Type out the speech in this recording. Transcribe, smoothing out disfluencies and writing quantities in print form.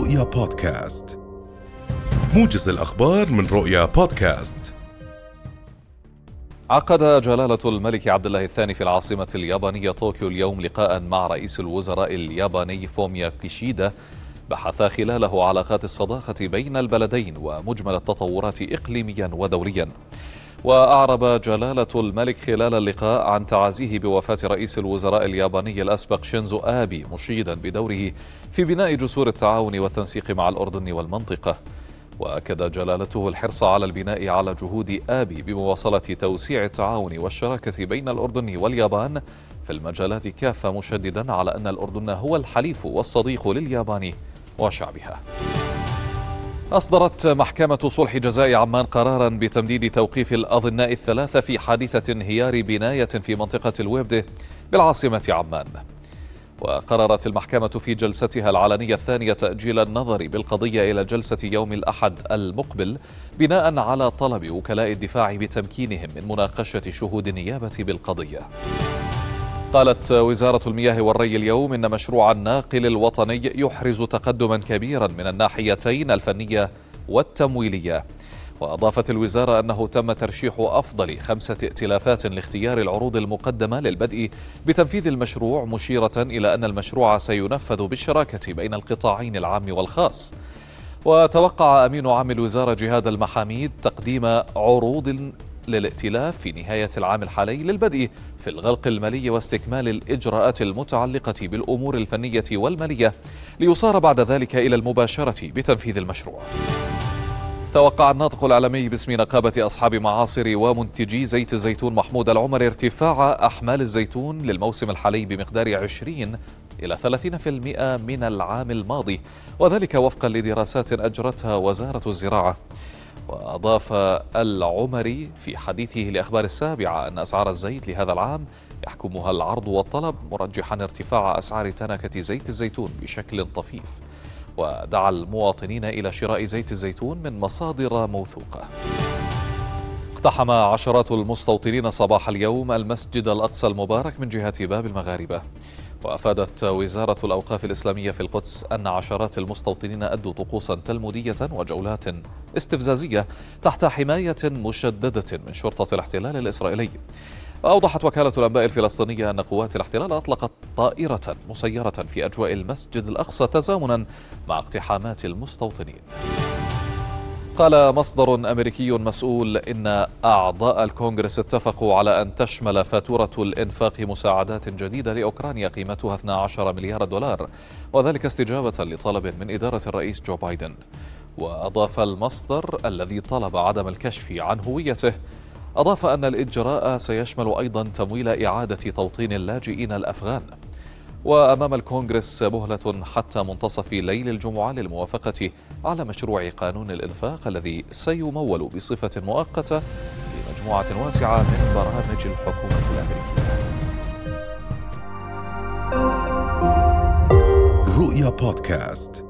رؤيا بودكاست، موجز الأخبار من رؤيا بودكاست. عقد جلالة الملك عبد الله الثاني في العاصمة اليابانية طوكيو اليوم لقاء مع رئيس الوزراء الياباني فوميو كيشيدا بحث خلاله علاقات الصداقة بين البلدين ومجمل التطورات إقليميا ودوليا. وأعرب جلالة الملك خلال اللقاء عن تعازيه بوفاة رئيس الوزراء الياباني الأسبق شينزو آبي، مشيدا بدوره في بناء جسور التعاون والتنسيق مع الأردن والمنطقة. وأكد جلالته الحرص على البناء على جهود آبي بمواصلة توسيع التعاون والشراكة بين الأردن واليابان في المجالات كافة، مشددا على أن الأردن هو الحليف والصديق لليابان وشعبها. أصدرت محكمة صلح جزاء عمان قراراً بتمديد توقيف الأظناء الثلاثة في حادثة انهيار بناية في منطقة الويبدة بالعاصمة عمان. وقررت المحكمة في جلستها العلنية الثانية تأجيل النظر بالقضية إلى جلسة يوم الأحد المقبل، بناء على طلب وكلاء الدفاع بتمكينهم من مناقشة شهود النيابة بالقضية. قالت وزارة المياه والري اليوم إن مشروع الناقل الوطني يحرز تقدما كبيرا من الناحيتين الفنية والتمويلية. وأضافت الوزارة أنه تم ترشيح أفضل 5 ائتلافات لاختيار العروض المقدمة للبدء بتنفيذ المشروع، مشيرة إلى أن المشروع سينفذ بالشراكة بين القطاعين العام والخاص. وتوقع أمين عام الوزارة جهاد المحاميد تقديم عروض للائتلاف في نهاية العام الحالي للبدء في الغلق المالي واستكمال الإجراءات المتعلقة بالأمور الفنية والمالية، ليصار بعد ذلك إلى المباشرة بتنفيذ المشروع. توقع الناطق الإعلامي باسم نقابة أصحاب معاصر ومنتجي زيت الزيتون محمود العمر ارتفاع أحمال الزيتون للموسم الحالي بمقدار 20 إلى 30% من العام الماضي، وذلك وفقا لدراسات أجرتها وزارة الزراعة. وأضاف العمري في حديثه لأخبار السابعة أن أسعار الزيت لهذا العام يحكمها العرض والطلب، مرجحا ارتفاع أسعار تنكة زيت الزيتون بشكل طفيف. ودعا المواطنين إلى شراء زيت الزيتون من مصادر موثوقة. اقتحم عشرات المستوطنين صباح اليوم المسجد الأقصى المبارك من جهة باب المغاربة. وأفادت وزارة الأوقاف الإسلامية في القدس أن عشرات المستوطنين أدوا طقوسا تلمودية وجولات استفزازية تحت حماية مشددة من شرطة الاحتلال الإسرائيلي. وأوضحت وكالة الأنباء الفلسطينية أن قوات الاحتلال أطلقت طائرة مسيرة في أجواء المسجد الأقصى تزامنا مع اقتحامات المستوطنين. قال مصدر أمريكي مسؤول إن أعضاء الكونغرس اتفقوا على أن تشمل فاتورة الإنفاق مساعدات جديدة لأوكرانيا قيمتها 12 مليار دولار، وذلك استجابة لطلب من إدارة الرئيس جو بايدن. وأضاف المصدر الذي طلب عدم الكشف عن هويته، أضاف أن الإجراء سيشمل أيضا تمويل إعادة توطين اللاجئين الأفغان. وأمام الكونغرس مهلة حتى منتصف ليل الجمعة للموافقة على مشروع قانون الإنفاق الذي سيمول بصفة مؤقتة لمجموعة واسعة من برامج الحكومة الأمريكية. رؤيا بودكاست.